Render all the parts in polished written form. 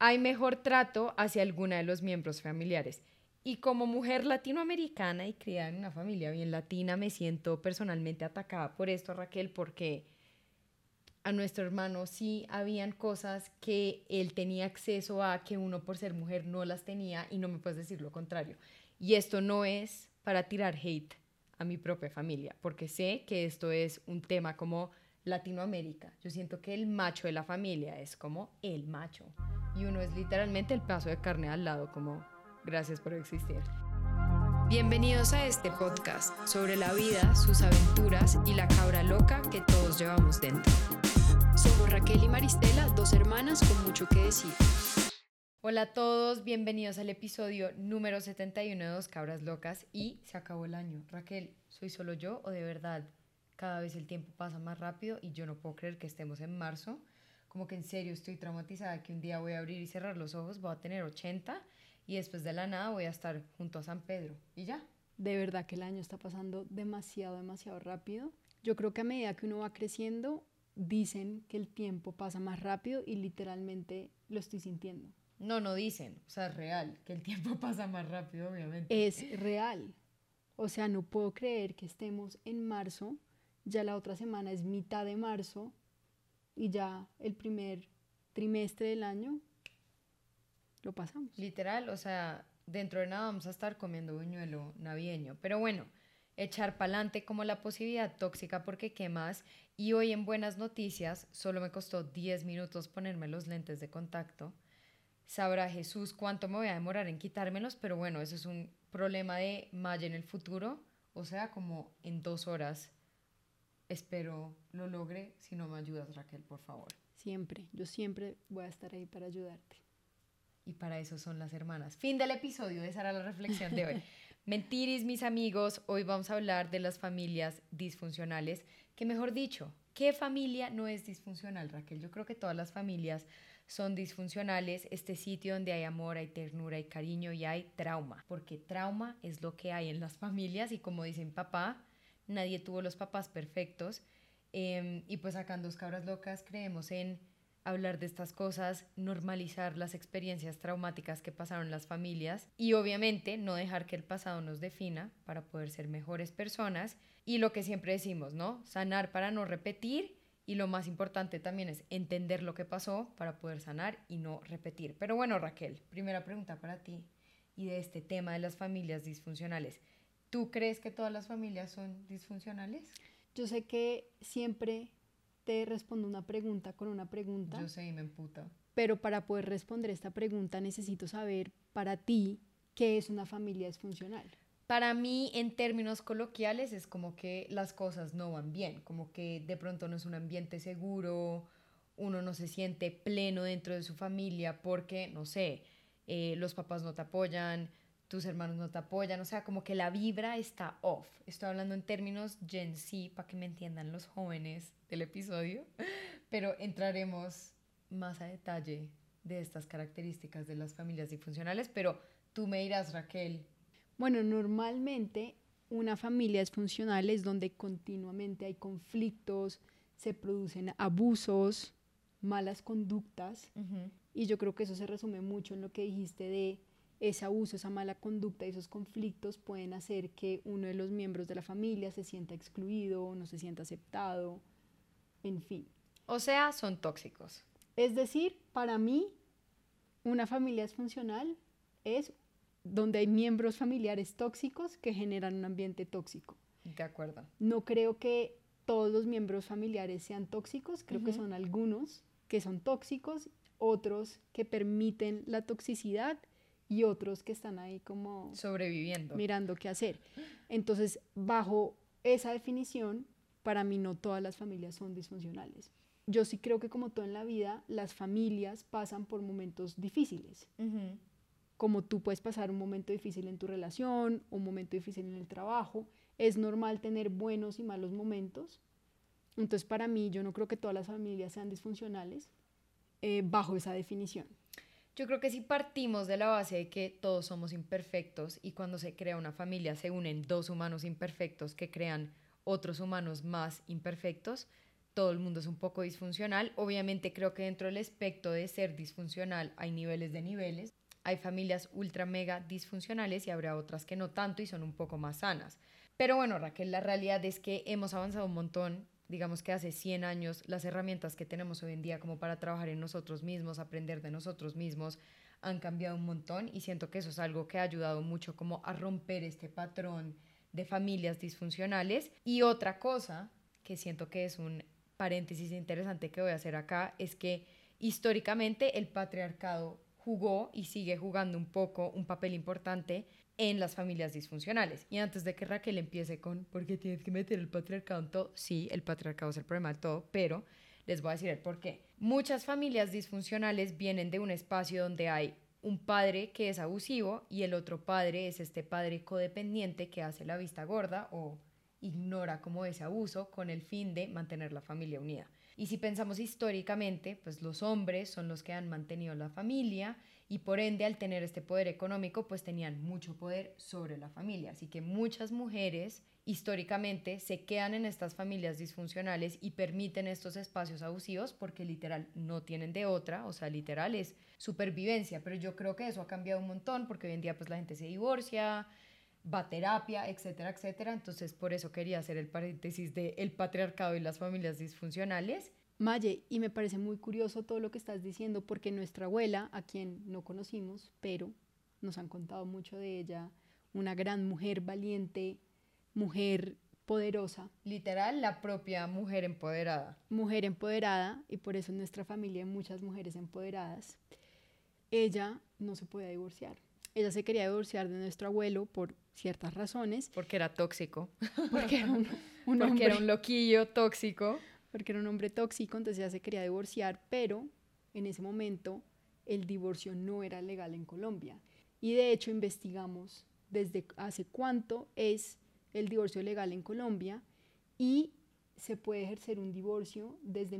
hay mejor trato hacia alguna de los miembros familiares. Y como mujer latinoamericana y criada en una familia bien latina, me siento personalmente atacada por esto, Raquel, porque a nuestro hermano sí habían cosas que él tenía acceso a que uno por ser mujer no las tenía y no me puedes decir lo contrario. Y esto no es para tirar hate a mi propia familia, porque sé que esto es un tema como Latinoamérica. Yo siento que el macho de la familia es como el macho y uno es literalmente el pedazo de carne al lado, como gracias por existir. Bienvenidos a este podcast sobre la vida, sus aventuras y la cabra loca que todos llevamos dentro. Somos Raquel y Maristela, dos hermanas con mucho que decir. Hola a todos, bienvenidos al episodio número 71 de Dos Cabras Locas y se acabó el año. Raquel, ¿soy solo yo o de verdad cada vez el tiempo pasa más rápido y yo no puedo creer que estemos en marzo? Como que en serio estoy traumatizada que un día voy a abrir y cerrar los ojos, voy a tener 80 y después de la nada voy a estar junto a San Pedro y ya. De verdad que el año está pasando demasiado rápido. Yo creo que a medida que uno va creciendo, dicen que el tiempo pasa más rápido y literalmente lo estoy sintiendo. No dicen, o sea, es real, que el tiempo pasa más rápido, obviamente. Es real. O sea, no puedo creer que estemos en marzo, ya la otra semana es mitad de marzo y ya el primer trimestre del año lo pasamos. Literal, o sea, dentro de nada vamos a estar comiendo buñuelo navideño. Pero bueno, echar pa'lante como la posibilidad tóxica porque qué más. Y hoy en Buenas Noticias solo me costó 10 minutos ponerme los lentes de contacto. Sabrá Jesús cuánto me voy a demorar en quitármelos, pero bueno, eso es un problema de Maya en el futuro. O sea, como en 2 horas. Espero lo logre. Si no me ayudas, Raquel, por favor. Siempre, yo siempre voy a estar ahí para ayudarte. Y para eso son las hermanas. Fin del episodio, esa era la reflexión de hoy. Mentiris, mis amigos, hoy vamos a hablar de las familias disfuncionales, que mejor dicho, ¿qué familia no es disfuncional, Raquel? Yo creo que todas las familias son disfuncionales, este sitio donde hay amor, hay ternura, hay cariño y hay trauma, porque trauma es lo que hay en las familias y como dicen papá, nadie tuvo los papás perfectos y pues acá en Dos Cabras Locas creemos en hablar de estas cosas, normalizar las experiencias traumáticas que pasaron las familias y obviamente no dejar que el pasado nos defina para poder ser mejores personas y lo que siempre decimos, ¿no? Sanar para no repetir y lo más importante también es entender lo que pasó para poder sanar y no repetir. Pero bueno, Raquel, primera pregunta para ti y de este tema de las familias disfuncionales. ¿Tú crees que todas las familias son disfuncionales? Yo sé que siempre te respondo una pregunta con una pregunta. Yo sé y me emputa. Pero para poder responder esta pregunta necesito saber para ti qué es una familia disfuncional. Para mí, en términos coloquiales, es como que las cosas no van bien, como que de pronto no es un ambiente seguro, uno no se siente pleno dentro de su familia porque, no sé, los papás no te apoyan, tus hermanos no te apoyan, o sea, como que la vibra está off. Estoy hablando en términos Gen Z para que me entiendan los jóvenes del episodio, pero entraremos más a detalle de estas características de las familias disfuncionales, pero tú me dirás, Raquel. Bueno, normalmente una familia disfuncional es donde continuamente hay conflictos, se producen abusos, malas conductas, y yo creo que eso se resume mucho en lo que dijiste de ese abuso, esa mala conducta, esos conflictos pueden hacer que uno de los miembros de la familia se sienta excluido, no se sienta aceptado, en fin. O sea, son tóxicos. Es decir, para mí, una familia disfuncional es donde hay miembros familiares tóxicos que generan un ambiente tóxico. De acuerdo. No creo que todos los miembros familiares sean tóxicos, creo que son algunos que son tóxicos, otros que permiten la toxicidad y otros que están ahí como sobreviviendo, mirando qué hacer. Entonces, bajo esa definición, para mí no todas las familias son disfuncionales. Yo sí creo que como todo en la vida, las familias pasan por momentos difíciles. Como tú puedes pasar un momento difícil en tu relación, un momento difícil en el trabajo, es normal tener buenos y malos momentos. Entonces, para mí, yo no creo que todas las familias sean disfuncionales bajo esa definición. Yo creo que si partimos de la base de que todos somos imperfectos y cuando se crea una familia se unen dos humanos imperfectos que crean otros humanos más imperfectos, todo el mundo es un poco disfuncional. Obviamente creo que dentro del espectro de ser disfuncional hay niveles de niveles. Hay familias ultra mega disfuncionales y habrá otras que no tanto y son un poco más sanas. Pero bueno, Raquel, la realidad es que hemos avanzado un montón. Digamos que hace 100 años las herramientas que tenemos hoy en día como para trabajar en nosotros mismos, aprender de nosotros mismos, han cambiado un montón y siento que eso es algo que ha ayudado mucho como a romper este patrón de familias disfuncionales. Y otra cosa que siento que es un paréntesis interesante que voy a hacer acá es que históricamente el patriarcado jugó y sigue jugando un poco un papel importante en las familias disfuncionales. Y antes de que Raquel empiece con ¿por qué tienes que meter el patriarcado en todo? Sí, el patriarcado es el problema de todo, pero les voy a decir el por qué. Muchas familias disfuncionales vienen de un espacio donde hay un padre que es abusivo y el otro padre es este padre codependiente que hace la vista gorda o ignora como ese abuso con el fin de mantener la familia unida. Y si pensamos históricamente, pues los hombres son los que han mantenido la familia y por ende al tener este poder económico pues tenían mucho poder sobre la familia. Así que muchas mujeres históricamente se quedan en estas familias disfuncionales y permiten estos espacios abusivos porque literal no tienen de otra, o sea, literal es supervivencia. Pero yo creo que eso ha cambiado un montón porque hoy en día pues la gente se divorcia, va a terapia, etcétera, etcétera. Entonces, por eso quería hacer el paréntesis de el patriarcado y las familias disfuncionales. Maye, y me parece muy curioso todo lo que estás diciendo, porque nuestra abuela, a quien no conocimos, pero nos han contado mucho de ella, una gran mujer valiente, mujer poderosa. Literal, la propia mujer empoderada. Mujer empoderada, y por eso en nuestra familia hay muchas mujeres empoderadas. Ella no se podía divorciar. Ella se quería divorciar de nuestro abuelo por ciertas razones. Porque era tóxico. Porque era un porque hombre, era un loquillo tóxico. porque era un hombre tóxico, entonces ella se quería divorciar, pero en ese momento el divorcio no era legal en Colombia. Y de hecho investigamos desde hace cuánto es el divorcio legal en Colombia y se puede ejercer un divorcio desde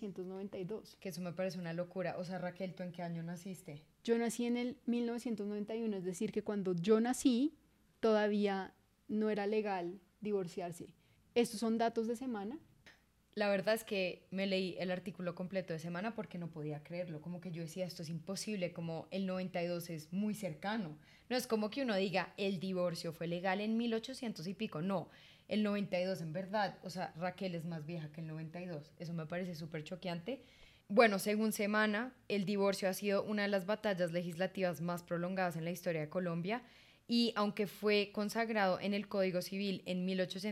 1992. Que eso me parece una locura. O sea, Raquel, ¿tú en qué año naciste? Yo nací en el 1991, es decir, que cuando yo nací todavía no era legal divorciarse. Estos son datos de Semana. La verdad es que me leí el artículo completo de Semana porque no podía creerlo, como que yo decía, esto es imposible, como el 92 es muy cercano. No es como que uno diga, el divorcio fue legal en 1800 y pico, no, el 92 en verdad, o sea, Raquel es más vieja que el 92, eso me parece súper choqueante. Bueno, según Semana, el divorcio ha sido una de las batallas legislativas más prolongadas en la historia de Colombia. Y aunque fue consagrado en el Código Civil en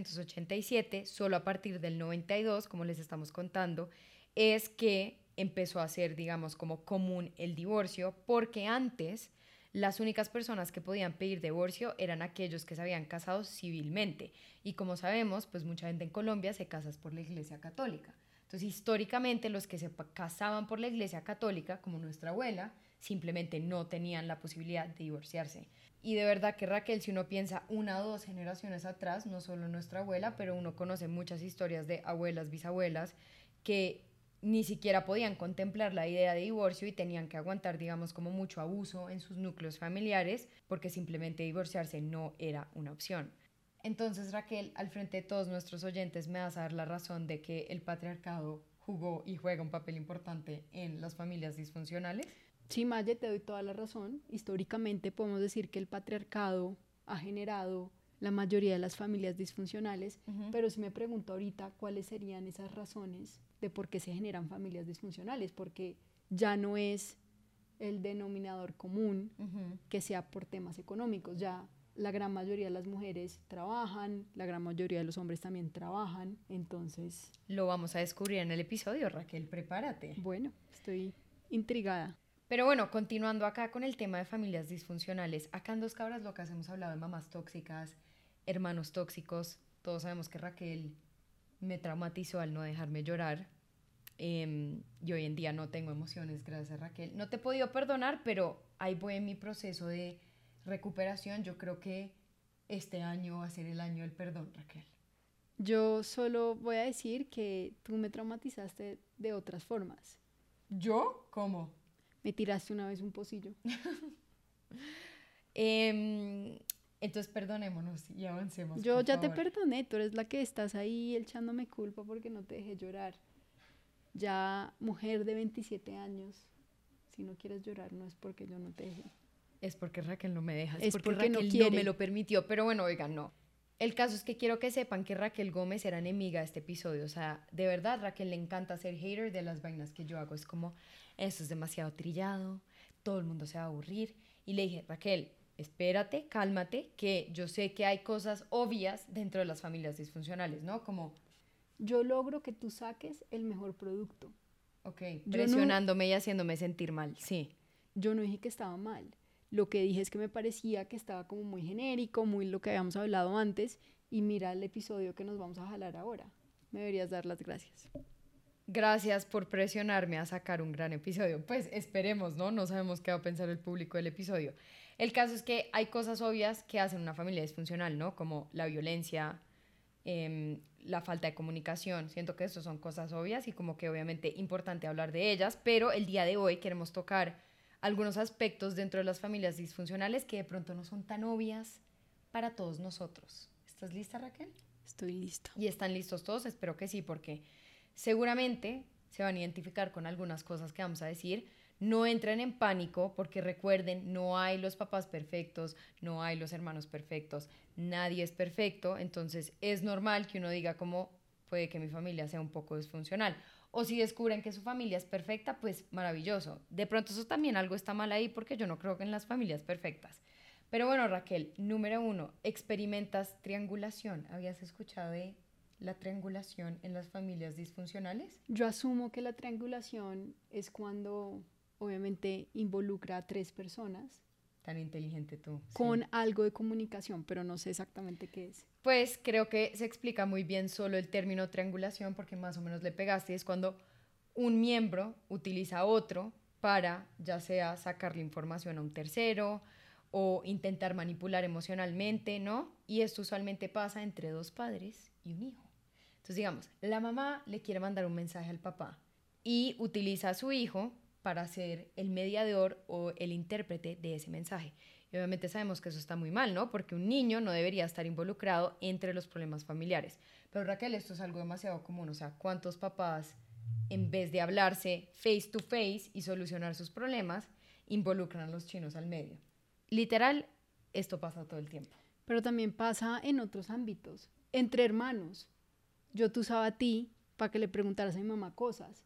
1887, solo a partir del 92, como les estamos contando, es que empezó a ser, digamos, como común el divorcio, porque antes las únicas personas que podían pedir divorcio eran aquellos que se habían casado civilmente. Y como sabemos, pues mucha gente en Colombia se casa por la Iglesia Católica. Entonces, históricamente, los que se casaban por la Iglesia Católica, como nuestra abuela, simplemente no tenían la posibilidad de divorciarse. Y de verdad que Raquel, si uno piensa 1 o 2 generaciones atrás, no solo nuestra abuela, pero uno conoce muchas historias de abuelas, bisabuelas, que ni siquiera podían contemplar la idea de divorcio y tenían que aguantar, digamos, como mucho abuso en sus núcleos familiares, porque simplemente divorciarse no era una opción. Entonces, Raquel, al frente de todos nuestros oyentes, me vas a dar la razón de que el patriarcado jugó y juega un papel importante en las familias disfuncionales. Sí, Maye, te doy toda la razón. Históricamente podemos decir que el patriarcado ha generado la mayoría de las familias disfuncionales, pero si me pregunto ahorita cuáles serían esas razones de por qué se generan familias disfuncionales, porque ya no es el denominador común que sea por temas económicos, ya la gran mayoría de las mujeres trabajan, la gran mayoría de los hombres también trabajan, entonces... Lo vamos a descubrir en el episodio, Raquel, prepárate. Bueno, estoy intrigada. Pero bueno, continuando acá con el tema de familias disfuncionales, acá en Dos Cabras Locas hemos hablado de mamás tóxicas, hermanos tóxicos. Todos sabemos que Raquel me traumatizó al no dejarme llorar. Y hoy en día no tengo emociones, gracias a Raquel. No te he podido perdonar, pero ahí voy en mi proceso de recuperación. Yo creo que este año va a ser el año del perdón, Raquel. Yo solo voy a decir que tú me traumatizaste de otras formas. ¿Yo? ¿Cómo? Me tiraste una vez un pocillo. Entonces perdonémonos y avancemos. Yo por ya te favor. perdoné, tú eres la que estás ahí echándome culpa porque no te dejé llorar. Ya mujer de 27 años, si no quieres llorar no es porque yo no te dejé. Es porque Raquel no me deja, Es porque porque no Raquel quiere. no me lo permitió, pero bueno, oigan, no. El caso es que quiero que sepan que Raquel Gómez era enemiga de este episodio, o sea, de verdad Raquel le encanta ser hater de las vainas que yo hago, es como, eso es demasiado trillado, todo el mundo se va a aburrir, y le dije, Raquel, espérate, cálmate, que yo sé que hay cosas obvias dentro de las familias disfuncionales, ¿no? Como, Yo logro que tú saques el mejor producto. ok, Yo presionándome y haciéndome sentir mal, sí. Yo no dije que estaba mal. Lo que dije es que me parecía que estaba como muy genérico, muy lo que habíamos hablado antes, y mira el episodio que nos vamos a jalar ahora. Me deberías dar las gracias. Gracias por presionarme a sacar un gran episodio. Pues esperemos, ¿no? No sabemos qué va a pensar el público del episodio. El caso es que hay cosas obvias que hacen una familia disfuncional, ¿no? Como la violencia, la falta de comunicación. Siento que eso son cosas obvias y como que obviamente importante hablar de ellas, pero el día de hoy queremos tocar algunos aspectos dentro de las familias disfuncionales que de pronto no son tan obvias para todos nosotros. ¿Estás lista, Raquel? Estoy lista. ¿Y están listos todos? Espero que sí, porque seguramente se van a identificar con algunas cosas que vamos a decir. No entren en pánico porque recuerden, no hay los papás perfectos, no hay los hermanos perfectos, nadie es perfecto, entonces es normal que uno diga como puede que mi familia sea un poco disfuncional. O si descubren que su familia es perfecta, pues maravilloso. De pronto eso también algo está mal ahí porque yo no creo que en las familias perfectas. Pero bueno, Raquel, número 1, experimentas triangulación. ¿Habías escuchado de la triangulación en las familias disfuncionales? Yo asumo que la triangulación es cuando obviamente involucra a 3 personas Tan inteligente tú. con Sí. algo de comunicación, pero no sé exactamente qué es. Pues creo que se explica muy bien solo el término triangulación porque más o menos le pegaste. Es cuando un miembro utiliza a otro para ya sea sacarle información a un tercero o intentar manipular emocionalmente, ¿no? Y esto usualmente pasa entre 2 padres y un hijo. Entonces, digamos, la mamá le quiere mandar un mensaje al papá y utiliza a su hijo para ser el mediador o el intérprete de ese mensaje. Y obviamente sabemos que eso está muy mal, ¿no? Porque un niño no debería estar involucrado entre los problemas familiares. Pero Raquel, esto es algo demasiado común. O sea, ¿cuántos papás, en vez de hablarse face to face y solucionar sus problemas, involucran a los chinos al medio? Literal, esto pasa todo el tiempo. Pero también pasa en otros ámbitos, entre hermanos. Yo te usaba a ti para que le preguntaras a mi mamá cosas.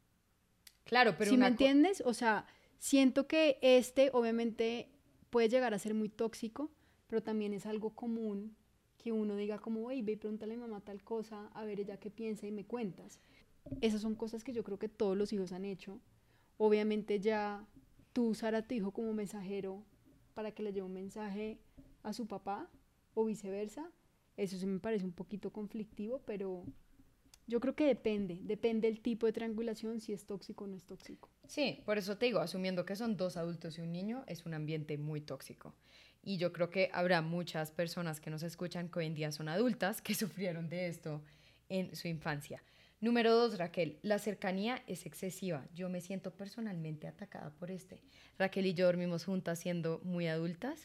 Claro, pero ¿Sí me entiendes? O sea, siento que obviamente puede llegar a ser muy tóxico, pero también es algo común que uno diga como, hey, ve y pregúntale a mi mamá tal cosa, a ver ella qué piensa y me cuentas. Esas son cosas que yo creo que todos los hijos han hecho. Obviamente ya tú usar a tu hijo como mensajero para que le lleve un mensaje a su papá o viceversa, eso sí me parece un poquito conflictivo, pero yo creo que depende del tipo de triangulación, si es tóxico o no es tóxico. Sí, por eso te digo, asumiendo que son 2 adultos y un niño, es un ambiente muy tóxico. Y yo creo que habrá muchas personas que nos escuchan que hoy en día son adultas que sufrieron de esto en su infancia. Número 2, Raquel, la cercanía es excesiva. Yo me siento personalmente atacada por este. Raquel y yo dormimos juntas siendo muy adultas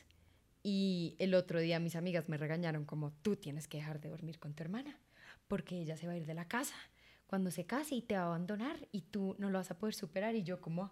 y el otro día mis amigas me regañaron como, tú tienes que dejar de dormir con tu hermana porque ella se va a ir de la casa cuando se case y te va a abandonar y tú no lo vas a poder superar. Y yo como,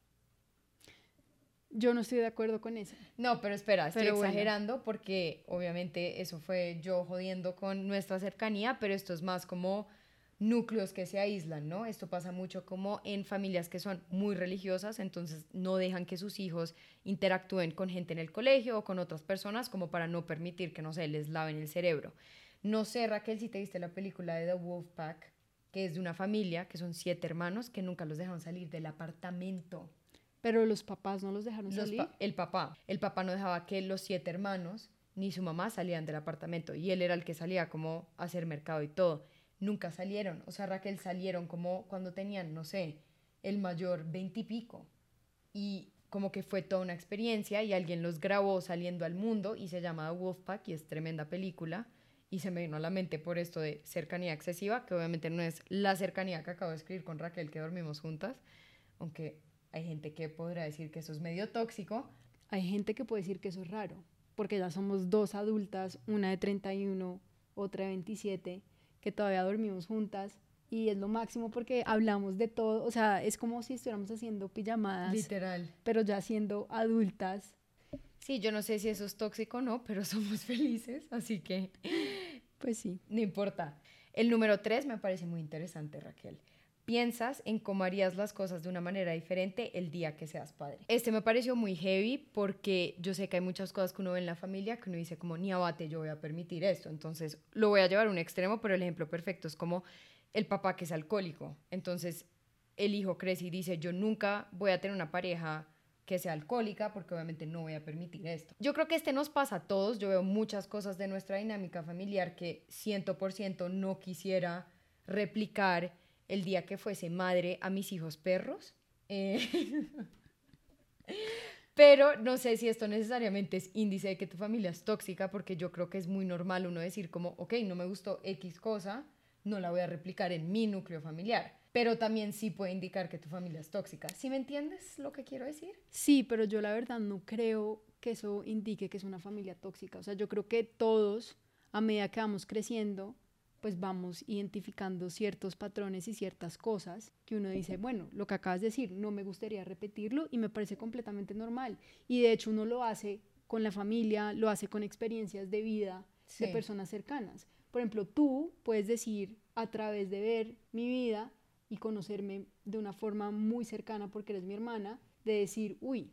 Yo no estoy de acuerdo con eso. no, pero espera, estoy Pero bueno. exagerando porque obviamente eso fue yo jodiendo con nuestra cercanía, pero esto es más como núcleos que se aíslan, ¿no? Esto pasa mucho como en familias que son muy religiosas, entonces no dejan que sus hijos interactúen con gente en el colegio o con otras personas como para no permitir que, no sé, les laven el cerebro. No sé, Raquel, si te viste la película de The Wolfpack, que es de una familia, que son 7 hermanos, que nunca los dejaron salir del apartamento. Pero los papás no los dejaron salir. El papá no dejaba que los 7 hermanos ni su mamá salían del apartamento y él era el que salía como a hacer mercado y todo. Nunca salieron, o sea, Raquel salieron como cuando tenían, no sé, el mayor 20 y pico y como que fue toda una experiencia y alguien los grabó saliendo al mundo y se llama The Wolfpack y es tremenda película y se me vino a la mente por esto de cercanía excesiva, que obviamente no es la cercanía que acabo de escribir con Raquel que dormimos juntas, aunque hay gente que podrá decir que eso es medio tóxico. Hay gente que puede decir que eso es raro, porque ya somos 2 adultas, una de 31, otra de 27, que todavía dormimos juntas y es lo máximo porque hablamos de todo, o sea, es como si estuviéramos haciendo pijamadas, Literal. pero ya siendo adultas. Sí, yo no sé si eso es tóxico o no, pero somos felices, así que Pues sí. no importa. El número 3 me parece muy interesante, Raquel. Piensas en cómo harías las cosas de una manera diferente el día que seas padre. Este me pareció muy heavy porque yo sé que hay muchas cosas que uno ve en la familia que uno dice como, ni abate, yo voy a permitir esto. Entonces lo voy a llevar a un extremo, pero el ejemplo perfecto es como el papá que es alcohólico. Entonces el hijo crece y dice, yo nunca voy a tener una pareja que sea alcohólica porque obviamente no voy a permitir esto. Yo creo que este nos pasa a todos. Yo veo muchas cosas de nuestra dinámica familiar que 100% no quisiera replicar el día que fuese madre a mis hijos perros. Pero no sé si esto necesariamente es índice de que tu familia es tóxica, porque yo creo que es muy normal uno decir como, ok, no me gustó X cosa, no la voy a replicar en mi núcleo familiar. Pero también sí puede indicar que tu familia es tóxica. ¿Sí me entiendes lo que quiero decir? Sí, pero yo la verdad no creo que eso indique que es una familia tóxica. O sea, yo creo que todos, a medida que vamos creciendo, pues vamos identificando ciertos patrones y ciertas cosas que uno dice, bueno, lo que acabas de decir, no me gustaría repetirlo y me parece completamente normal. Y de hecho uno lo hace con la familia, lo hace con experiencias de vida de personas cercanas. Por ejemplo, tú puedes decir a través de ver mi vida y conocerme de una forma muy cercana porque eres mi hermana, de decir, uy,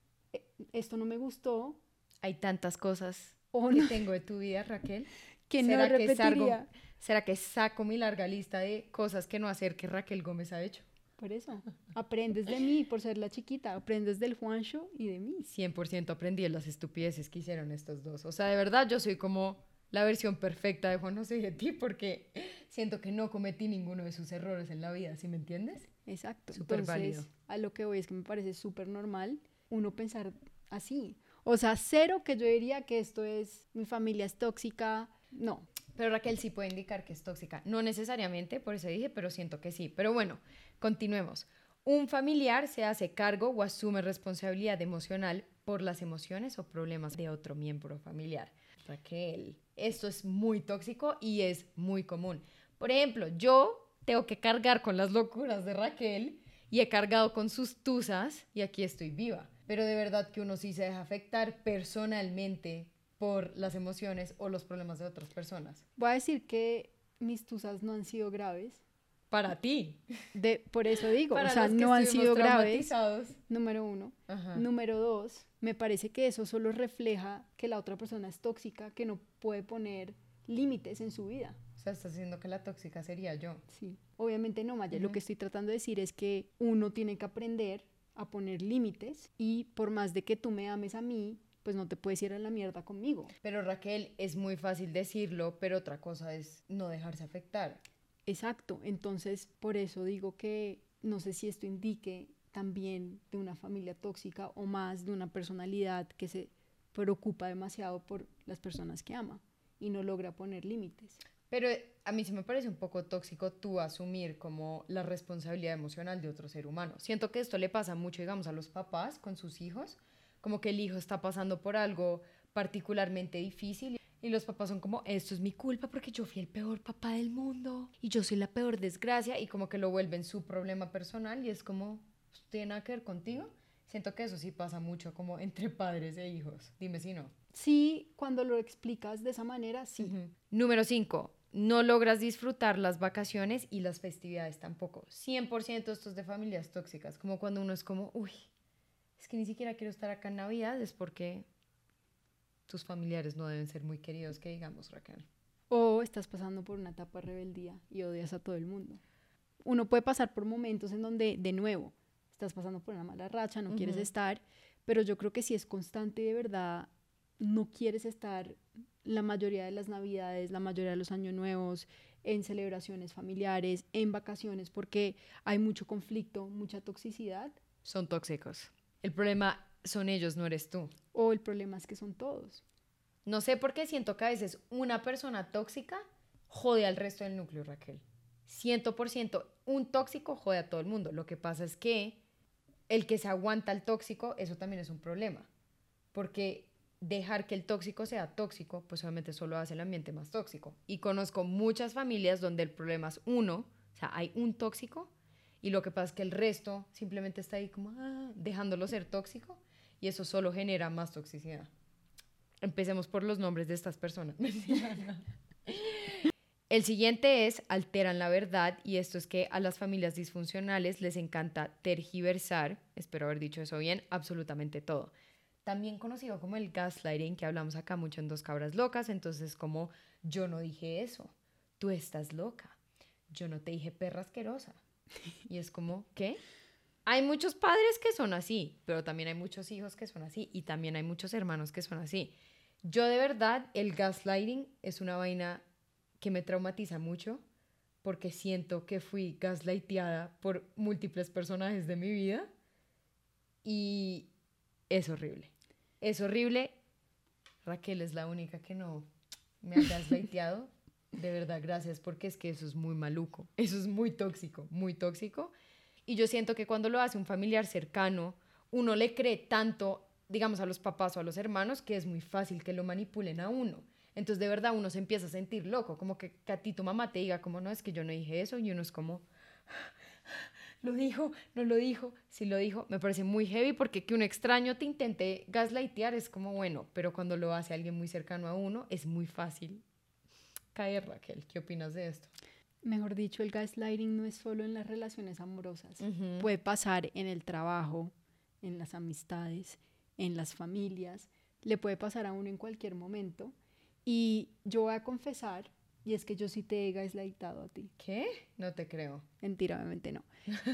esto no me gustó. Hay tantas cosas o que no, tengo de tu vida, Raquel. que no repetiría. ¿Será que saco mi larga lista de cosas que no hacer que Raquel Gómez ha hecho? Por eso, aprendes de mí por ser la chiquita, aprendes del Juancho y de mí. 100% aprendí de las estupideces que hicieron estos dos. O sea, de verdad, yo soy como la versión perfecta de Juan José y de ti porque siento que no cometí ninguno de sus errores en la vida, ¿sí me entiendes? Exacto. Súper Entonces, válido. a lo que voy es que me parece súper normal uno pensar así. O sea, cero que yo diría que esto es, mi familia es tóxica, no. Pero Raquel sí puede indicar que es tóxica. No necesariamente, por eso dije, pero siento que sí. Pero bueno, continuemos. Un familiar se hace cargo o asume responsabilidad emocional por las emociones o problemas de otro miembro familiar. Raquel, esto es muy tóxico y es muy común. Por ejemplo, yo tengo que cargar con las locuras de Raquel y he cargado con sus tusas y aquí estoy viva. Pero de verdad que uno sí se deja afectar personalmente por las emociones o los problemas de otras personas. Voy a decir que mis tusas no han sido graves. Para ti. Por eso digo, Para o sea, los que no han sido graves. traumatizados. Número uno. Ajá. Número dos, me parece que eso solo refleja que la otra persona es tóxica, que no puede poner límites en su vida. O sea, estás diciendo que la tóxica sería yo. Sí, obviamente no, Maya. Lo que estoy tratando de decir es que uno tiene que aprender a poner límites y por más de que tú me ames a mí, pues no te puedes ir a la mierda conmigo. Pero Raquel, es muy fácil decirlo, pero otra cosa es no dejarse afectar. Exacto, entonces por eso digo que no sé si esto indique también de una familia tóxica o más de una personalidad que se preocupa demasiado por las personas que ama y no logra poner límites. Pero a mí se me parece un poco tóxico tú asumir como la responsabilidad emocional de otro ser humano. Siento que esto le pasa mucho, digamos, a los papás con sus hijos, como que el hijo está pasando por algo particularmente difícil y los papás son como, esto es mi culpa porque yo fui el peor papá del mundo y yo soy la peor desgracia y como que lo vuelven su problema personal y es como, ¿esto tiene nada que ver contigo? Siento que eso sí pasa mucho como entre padres e hijos. Dime si no. Sí, cuando lo explicas de esa manera, sí. Número 5. No logras disfrutar las vacaciones y las festividades tampoco. 100% esto es de familias tóxicas. Como cuando uno es como, uy, es que ni siquiera quiero estar acá en Navidad, es porque tus familiares no deben ser muy queridos, que digamos, Raquel. O estás pasando por una etapa de rebeldía y odias a todo el mundo. Uno puede pasar por momentos en donde, de nuevo, estás pasando por una mala racha, no quieres estar, pero yo creo que si es constante y de verdad no quieres estar la mayoría de las navidades, la mayoría de los años nuevos, en celebraciones familiares, en vacaciones, porque hay mucho conflicto, mucha toxicidad. Son tóxicos. El problema son ellos, no eres tú. O el problema es que son todos. No sé por qué siento que a veces una persona tóxica jode al resto del núcleo, Raquel. 100%. Un tóxico jode a todo el mundo. Lo que pasa es que el que se aguanta al tóxico, eso también es un problema. Porque dejar que el tóxico sea tóxico, pues obviamente solo hace el ambiente más tóxico. Y conozco muchas familias donde el problema es uno, O sea, hay un tóxico y lo que pasa es que el resto simplemente está ahí como dejándolo ser tóxico y eso solo genera más toxicidad. Empecemos por los nombres de estas personas. El siguiente es alteran la verdad y esto es que a las familias disfuncionales les encanta tergiversar, espero haber dicho eso bien, absolutamente todo. También conocido como el gaslighting, que hablamos acá mucho en Dos Cabras Locas, entonces como yo no dije eso, tú estás loca, yo no te dije perra asquerosa. Y es como, ¿qué? Hay muchos padres que son así, pero también hay muchos hijos que son así y también hay muchos hermanos que son así. Yo de verdad, el gaslighting es una vaina que me traumatiza mucho porque siento que fui gaslighteada por múltiples personajes de mi vida y es horrible. Es horrible. Raquel es la única que no me ha gaslighteado. De verdad, gracias, porque es que eso es muy maluco. Eso es muy tóxico, muy tóxico. Y yo siento que cuando lo hace un familiar cercano, uno le cree tanto, digamos, a los papás o a los hermanos, que es muy fácil que lo manipulen a uno. Entonces, de verdad, uno se empieza a sentir loco, como que a ti tu mamá te diga, como no, es que yo no dije eso, y uno es como, ¿lo dijo? ¿No lo dijo? Sí lo dijo. Me parece muy heavy porque que un extraño te intente gaslightear es como, bueno, pero cuando lo hace alguien muy cercano a uno, es muy fácil caer, Raquel. ¿Qué opinas de esto? Mejor dicho, el gaslighting no es solo en las relaciones amorosas. Puede pasar en el trabajo, en las amistades, en las familias. Le puede pasar a uno en cualquier momento. Y yo voy a confesar, y es que yo sí te he gaslightado a ti. ¿Qué? No te creo. Mentira, obviamente no.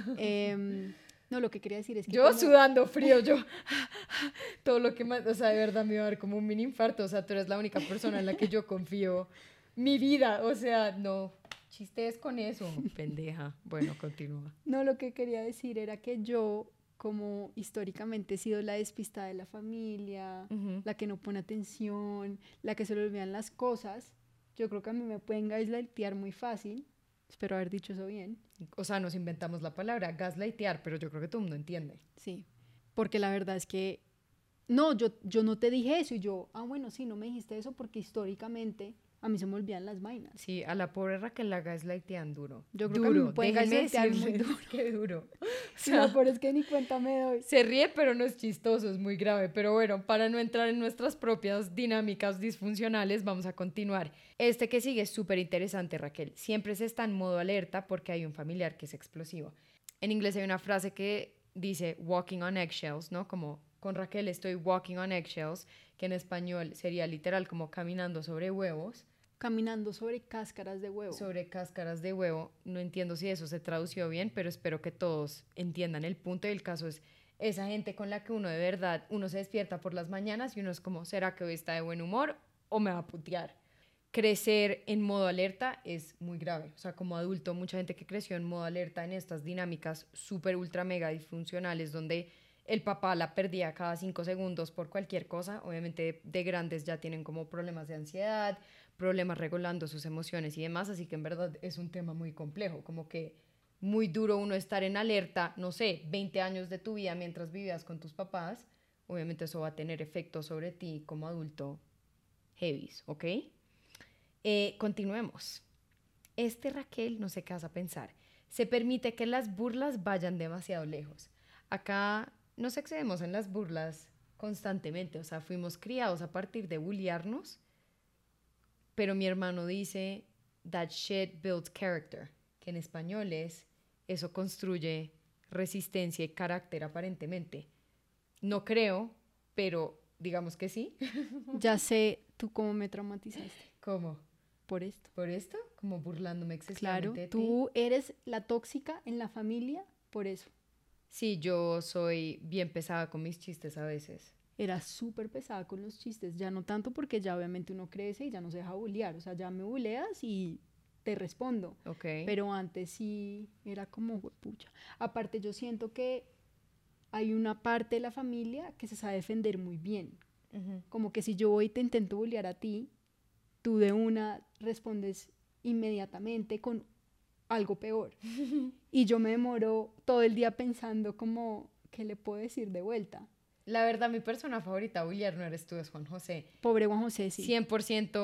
No, lo que quería decir es que... Yo sudando frío, yo... Todo lo que más... O sea, de verdad me iba a dar como un mini infarto. O sea, tú eres la única persona en la que yo confío mi vida. O sea, no... Chistes con eso, pendeja. Bueno, continúa. No, lo que quería decir era que yo, como históricamente he sido la despistada de la familia, la que no pone atención, la que se le olvidan las cosas, yo creo que a mí me pueden gaslightear muy fácil. Espero haber dicho eso bien. O sea, nos inventamos la palabra gaslightear, pero yo creo que todo el mundo entiende. Sí, porque la verdad es que, no, yo no te dije eso y yo, bueno, sí, no me dijiste eso porque históricamente... A mí se me olvidan las vainas. Sí, a la pobre Raquel la gaslightean duro. Yo creo que a mí me pueden gaslightear muy duro. Qué duro. O sea, no, pero es que ni cuenta me doy. Se ríe, pero no es chistoso, es muy grave. Pero bueno, para no entrar en nuestras propias dinámicas disfuncionales, vamos a continuar. Este que sigue es súper interesante, Raquel. Siempre se está en modo alerta porque hay un familiar que es explosivo. En inglés hay una frase que dice walking on eggshells, ¿no? Como con Raquel estoy walking on eggshells, que en español sería literal como caminando sobre huevos. Caminando sobre cáscaras de huevo. Sobre cáscaras de huevo. No entiendo si eso se tradució bien, pero espero que todos entiendan el punto. Y el caso es esa gente con la que uno de verdad, uno se despierta por las mañanas y uno es como, ¿será que hoy está de buen humor o me va a putear? Crecer en modo alerta es muy grave. O sea, como adulto, mucha gente que creció en modo alerta en estas dinámicas súper, ultra, mega disfuncionales donde el papá la perdía cada 5 segundos por cualquier cosa. Obviamente de grandes ya tienen como problemas de ansiedad, problemas regulando sus emociones y demás, así que en verdad es un tema muy complejo, como que muy duro uno estar en alerta, no sé, 20 años de tu vida mientras vivías con tus papás, obviamente eso va a tener efectos sobre ti como adulto heavies, ¿ok? Continuemos. Raquel, no sé qué vas a pensar, se permite que las burlas vayan demasiado lejos. Acá nos excedemos en las burlas constantemente, o sea, fuimos criados a partir de bullearnos, pero mi hermano dice, that shit builds character, que en español es, eso construye resistencia y carácter aparentemente. No creo, pero digamos que sí. Ya sé tú cómo me traumatizaste. ¿Cómo? Por esto. ¿Por esto? Como burlándome excesivamente de ti. Tú eres la tóxica en la familia por eso. Sí, yo soy bien pesada con mis chistes a veces. Era súper pesada con los chistes, ya no tanto porque ya obviamente uno crece y ya no se deja bullear, o sea, ya me buleas y te respondo, pero antes sí era como pucha. Aparte yo siento que hay una parte de la familia que se sabe defender muy bien, como que si yo voy y te intento bullear a ti, tú de una respondes inmediatamente con algo peor y yo me demoro todo el día pensando como, ¿qué le puedo decir de vuelta? La verdad, mi persona favorita bullear no eres tú, es Juan José. Pobre Juan José, sí. 100%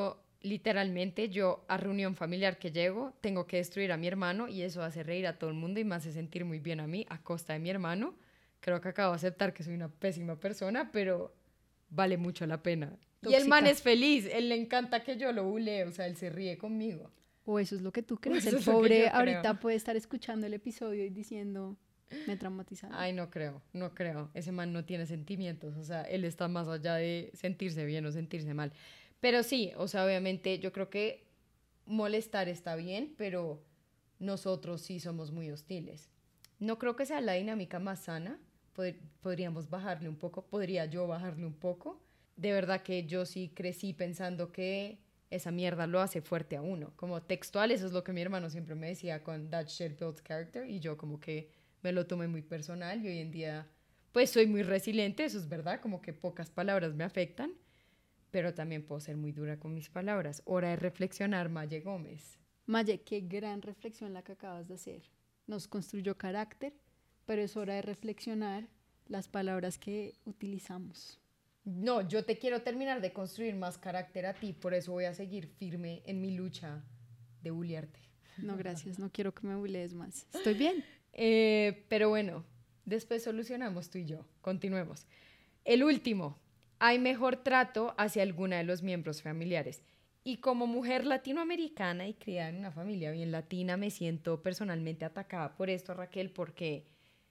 literalmente yo a reunión familiar que llego tengo que destruir a mi hermano y eso hace reír a todo el mundo y me hace sentir muy bien a mí a costa de mi hermano. Creo que acabo de aceptar que soy una pésima persona, pero vale mucho la pena. Y el man es feliz, él le encanta que yo lo bulee, o sea, él se ríe conmigo. O eso es lo que tú crees. Eso El es lo que pobre yo creo. ahorita puede estar escuchando el episodio y diciendo, me traumatizaron. Ay, no creo. Ese man no tiene sentimientos, o sea, él está más allá de sentirse bien o sentirse mal. Pero sí, o sea, obviamente yo creo que molestar está bien, pero nosotros sí somos muy hostiles. No creo que sea la dinámica más sana. Podríamos bajarle un poco, podría yo bajarle un poco. De verdad que yo sí crecí pensando que esa mierda lo hace fuerte a uno. Como textual, eso es lo que mi hermano siempre me decía con That shit builds character, y yo como que me lo tomé muy personal y hoy en día pues soy muy resiliente, eso es verdad, como que pocas palabras me afectan, pero también puedo ser muy dura con mis palabras. Hora de reflexionar, Maye Gómez. Maye, qué gran reflexión la que acabas de hacer. Nos construyó carácter, pero es hora de reflexionar las palabras que utilizamos. No, yo te quiero terminar de construir más carácter a ti, por eso voy a seguir firme en mi lucha de bullearte. No, gracias, no quiero que me bulees más. Estoy bien. Pero bueno, después solucionamos tú y yo. Continuemos. El último, hay mejor trato hacia alguna de los miembros familiares. Y como mujer latinoamericana y criada en una familia bien latina, me siento personalmente atacada por esto, Raquel, porque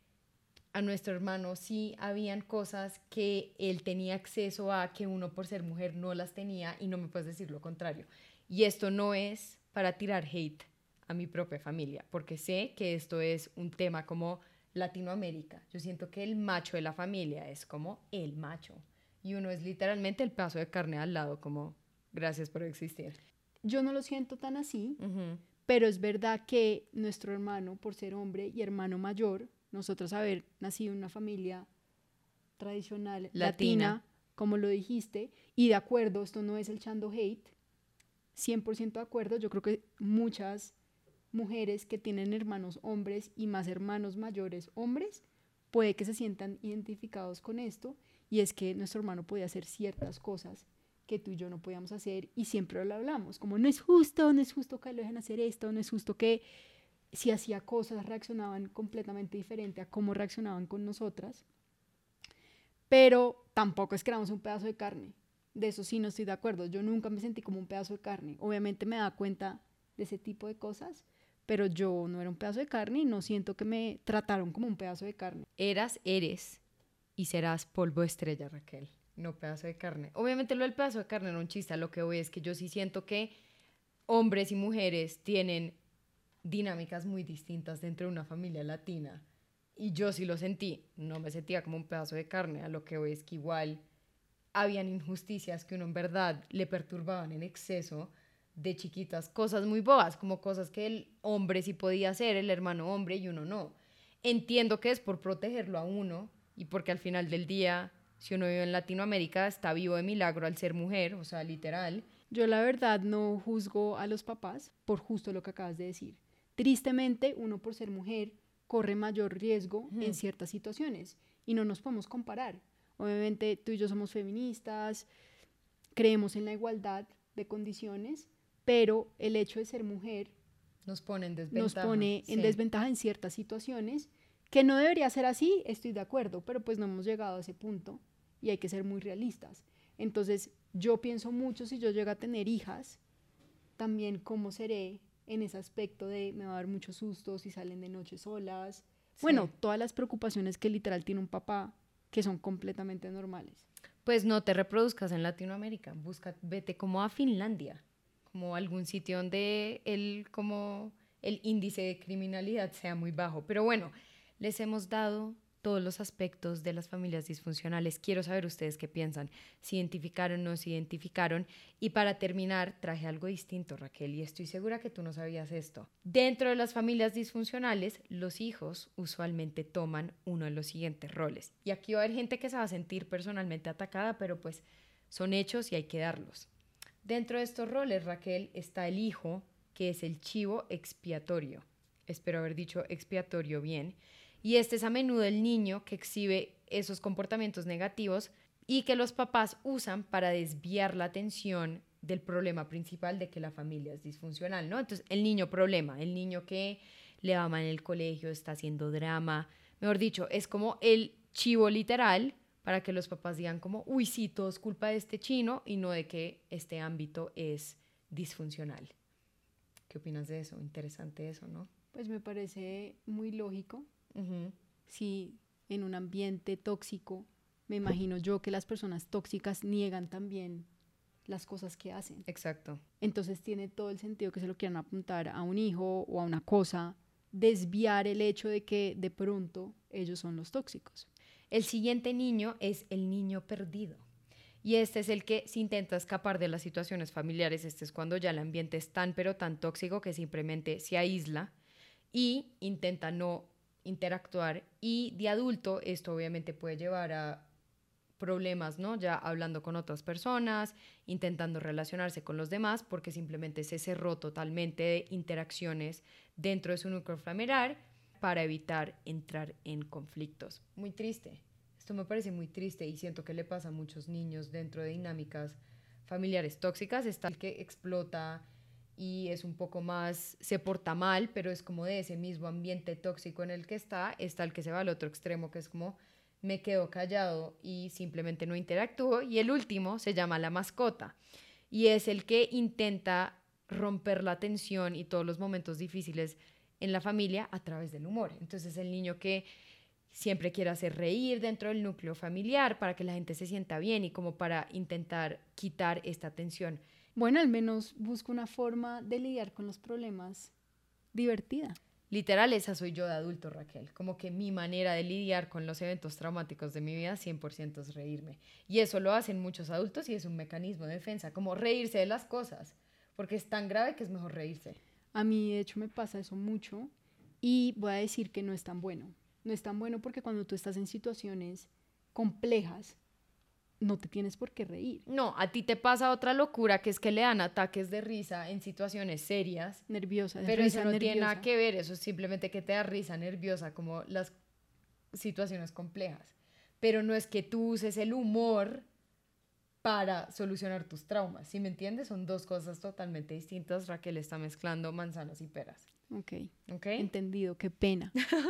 a nuestro hermano sí habían cosas que él tenía acceso a que uno por ser mujer no las tenía y no me puedes decir lo contrario. Y esto no es para tirar hate a mi propia familia, porque sé que esto es un tema como Latinoamérica. Yo siento que el macho de la familia es como el macho y uno es literalmente el pedazo de carne al lado, como gracias por existir. Yo no lo siento tan así, pero es verdad que nuestro hermano, por ser hombre y hermano mayor, nosotros haber nacido en una familia tradicional latina, como lo dijiste, y de acuerdo, esto no es echando hate, 100% de acuerdo, yo creo que muchas mujeres que tienen hermanos hombres y más hermanos mayores hombres, puede que se sientan identificados con esto, y es que nuestro hermano podía hacer ciertas cosas que tú y yo no podíamos hacer, y siempre lo hablamos, como no es justo que lo dejen hacer esto, no es justo que si hacía cosas reaccionaban completamente diferente a cómo reaccionaban con nosotras, pero tampoco es que éramos un pedazo de carne, de eso sí no estoy de acuerdo, yo nunca me sentí como un pedazo de carne, obviamente me daba cuenta de ese tipo de cosas, pero yo no era un pedazo de carne y no siento que me trataron como un pedazo de carne. Eres y serás polvo de estrella, Raquel, no pedazo de carne. Obviamente lo del pedazo de carne era un chiste, lo que voy es que yo sí siento que hombres y mujeres tienen dinámicas muy distintas dentro de una familia latina y yo sí lo sentí, no me sentía como un pedazo de carne, a lo que voy es que igual habían injusticias que uno en verdad le perturbaban en exceso de chiquitas, cosas muy bobas, como cosas que el hombre sí podía hacer, el hermano hombre, y uno no. Entiendo que es por protegerlo a uno y porque al final del día, si uno vive en Latinoamérica, está vivo de milagro al ser mujer, o sea, literal. Yo la verdad no juzgo a los papás por justo lo que acabas de decir. Tristemente, uno por ser mujer corre mayor riesgo en ciertas situaciones y no nos podemos comparar. Obviamente tú y yo somos feministas, creemos en la igualdad de condiciones, pero el hecho de ser mujer nos pone en desventaja. Nos pone en desventaja en ciertas situaciones, que no debería ser así, estoy de acuerdo, pero pues no hemos llegado a ese punto y hay que ser muy realistas. Entonces yo pienso mucho, si yo llego a tener hijas, también cómo seré en ese aspecto de me va a dar muchos sustos si salen de noche solas. Sí. Bueno, todas las preocupaciones que literal tiene un papá que son completamente normales. Pues no te reproduzcas en Latinoamérica, vete como a Finlandia, como algún sitio donde el índice de criminalidad sea muy bajo. Pero bueno, les hemos dado todos los aspectos de las familias disfuncionales. Quiero saber ustedes qué piensan, si identificaron o no se identificaron. Y para terminar, traje algo distinto, Raquel, y estoy segura que tú no sabías esto. Dentro de las familias disfuncionales, los hijos usualmente toman uno de los siguientes roles. Y aquí va a haber gente que se va a sentir personalmente atacada, pero pues son hechos y hay que darlos. Dentro de estos roles, Raquel, está el hijo, que es el chivo expiatorio. Espero haber dicho expiatorio bien. Y este es a menudo el niño que exhibe esos comportamientos negativos y que los papás usan para desviar la atención del problema principal de que la familia es disfuncional, ¿no? Entonces, el niño problema, el niño que le va mal en el colegio, está haciendo drama, mejor dicho, es como el chivo literal para que los papás digan como, uy, sí, todo es culpa de este chino y no de que este ámbito es disfuncional. ¿Qué opinas de eso? Interesante eso, ¿no? Pues me parece muy lógico. Uh-huh. Si en un ambiente tóxico, me imagino yo que las personas tóxicas niegan también las cosas que hacen. Exacto. Entonces tiene todo el sentido que se lo quieran apuntar a un hijo o a una cosa, desviar el hecho de que de pronto ellos son los tóxicos. El siguiente niño es el niño perdido. Y este es el que se intenta escapar de las situaciones familiares. Este es cuando ya el ambiente es tan pero tan tóxico que simplemente se aísla y intenta no interactuar. Y de adulto esto obviamente puede llevar a problemas, ¿no? Ya hablando con otras personas, intentando relacionarse con los demás, porque simplemente se cerró totalmente de interacciones dentro de su núcleo familiar para evitar entrar en conflictos. Muy triste. Esto me parece muy triste y siento que le pasa a muchos niños dentro de dinámicas familiares tóxicas. Está el que explota y es un poco más, se porta mal, pero es como de ese mismo ambiente tóxico en el que está el que se va al otro extremo, que es como me quedo callado y simplemente no interactúo. Y el último se llama la mascota y es el que intenta romper la tensión y todos los momentos difíciles en la familia a través del humor. Entonces el niño que siempre quiere hacer reír dentro del núcleo familiar para que la gente se sienta bien y como para intentar quitar esta tensión. Bueno, al menos busco una forma de lidiar con los problemas divertida. Literal, esa soy yo de adulto, Raquel. Como que mi manera de lidiar con los eventos traumáticos de mi vida 100% es reírme. Y eso lo hacen muchos adultos y es un mecanismo de defensa, como reírse de las cosas, porque es tan grave que es mejor reírse. A mí, de hecho, me pasa eso mucho y voy a decir que no es tan bueno. No es tan bueno porque cuando tú estás en situaciones complejas, no te tienes por qué reír. No, a ti te pasa otra locura, que es que le dan ataques de risa en situaciones serias. Nerviosa. Pero eso no tiene nada que ver, eso es simplemente que te da risa nerviosa, como las situaciones complejas. Pero no es que tú uses el humor para solucionar tus traumas, ¿sí me entiendes? Son dos cosas totalmente distintas. Raquel está mezclando manzanas y peras. Ok. ¿Okay? Entendido, qué pena.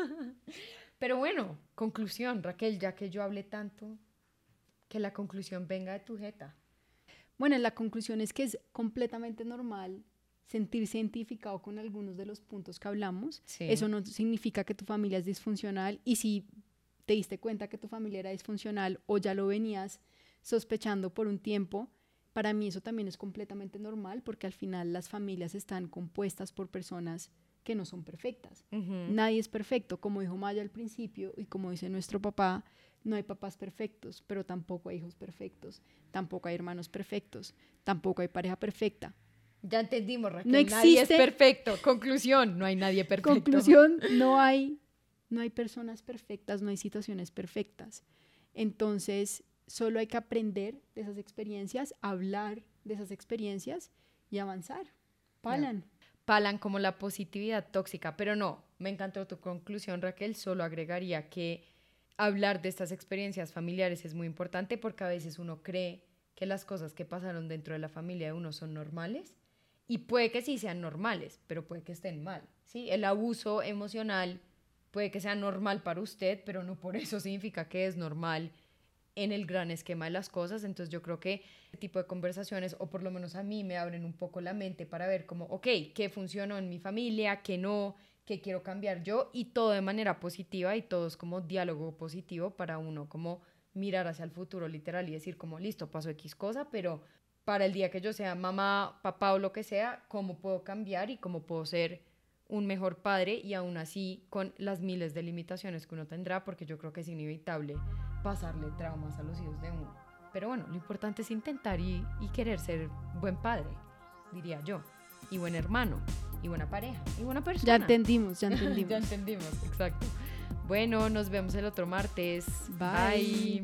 Pero bueno, conclusión, Raquel, ya que yo hablé tanto, que la conclusión venga de tu jeta. Bueno, la conclusión es que es completamente normal sentirse identificado con algunos de los puntos que hablamos. Sí. Eso no significa que tu familia es disfuncional y si te diste cuenta que tu familia era disfuncional o ya lo venías sospechando por un tiempo, para mí eso también es completamente normal porque al final las familias están compuestas por personas que no son perfectas. Uh-huh. Nadie es perfecto, como dijo Maya al principio y como dice nuestro papá, no hay papás perfectos, pero tampoco hay hijos perfectos, tampoco hay hermanos perfectos, tampoco hay pareja perfecta. Ya entendimos, Raquel, No nadie es existe- perfecto. Conclusión, no hay nadie perfecto. Conclusión, no hay personas perfectas, no hay situaciones perfectas. Entonces, solo hay que aprender de esas experiencias, hablar de esas experiencias y avanzar. Palan. Palan como la positividad tóxica, pero no, me encantó tu conclusión, Raquel. Solo agregaría que hablar de estas experiencias familiares es muy importante porque a veces uno cree que las cosas que pasaron dentro de la familia de uno son normales y puede que sí sean normales, pero puede que estén mal, ¿sí? El abuso emocional puede que sea normal para usted, pero no por eso significa que es normal en el gran esquema de las cosas. Entonces yo creo que este tipo de conversaciones, o por lo menos a mí, me abren un poco la mente para ver como, ok, ¿qué funcionó en mi familia? ¿Qué no? ¿Qué quiero cambiar yo? Y todo de manera positiva y todo es como diálogo positivo para uno como mirar hacia el futuro literal y decir como, listo, pasó X cosa, pero para el día que yo sea mamá, papá o lo que sea, ¿cómo puedo cambiar y cómo puedo ser un mejor padre? Y aún así con las miles de limitaciones que uno tendrá, porque yo creo que es inevitable pasarle traumas a los hijos de uno. Pero bueno, lo importante es intentar y querer ser buen padre, diría yo, y buen hermano, y buena pareja, y buena persona. Ya entendimos. Ya entendimos, exacto. Bueno, nos vemos el otro martes. Bye.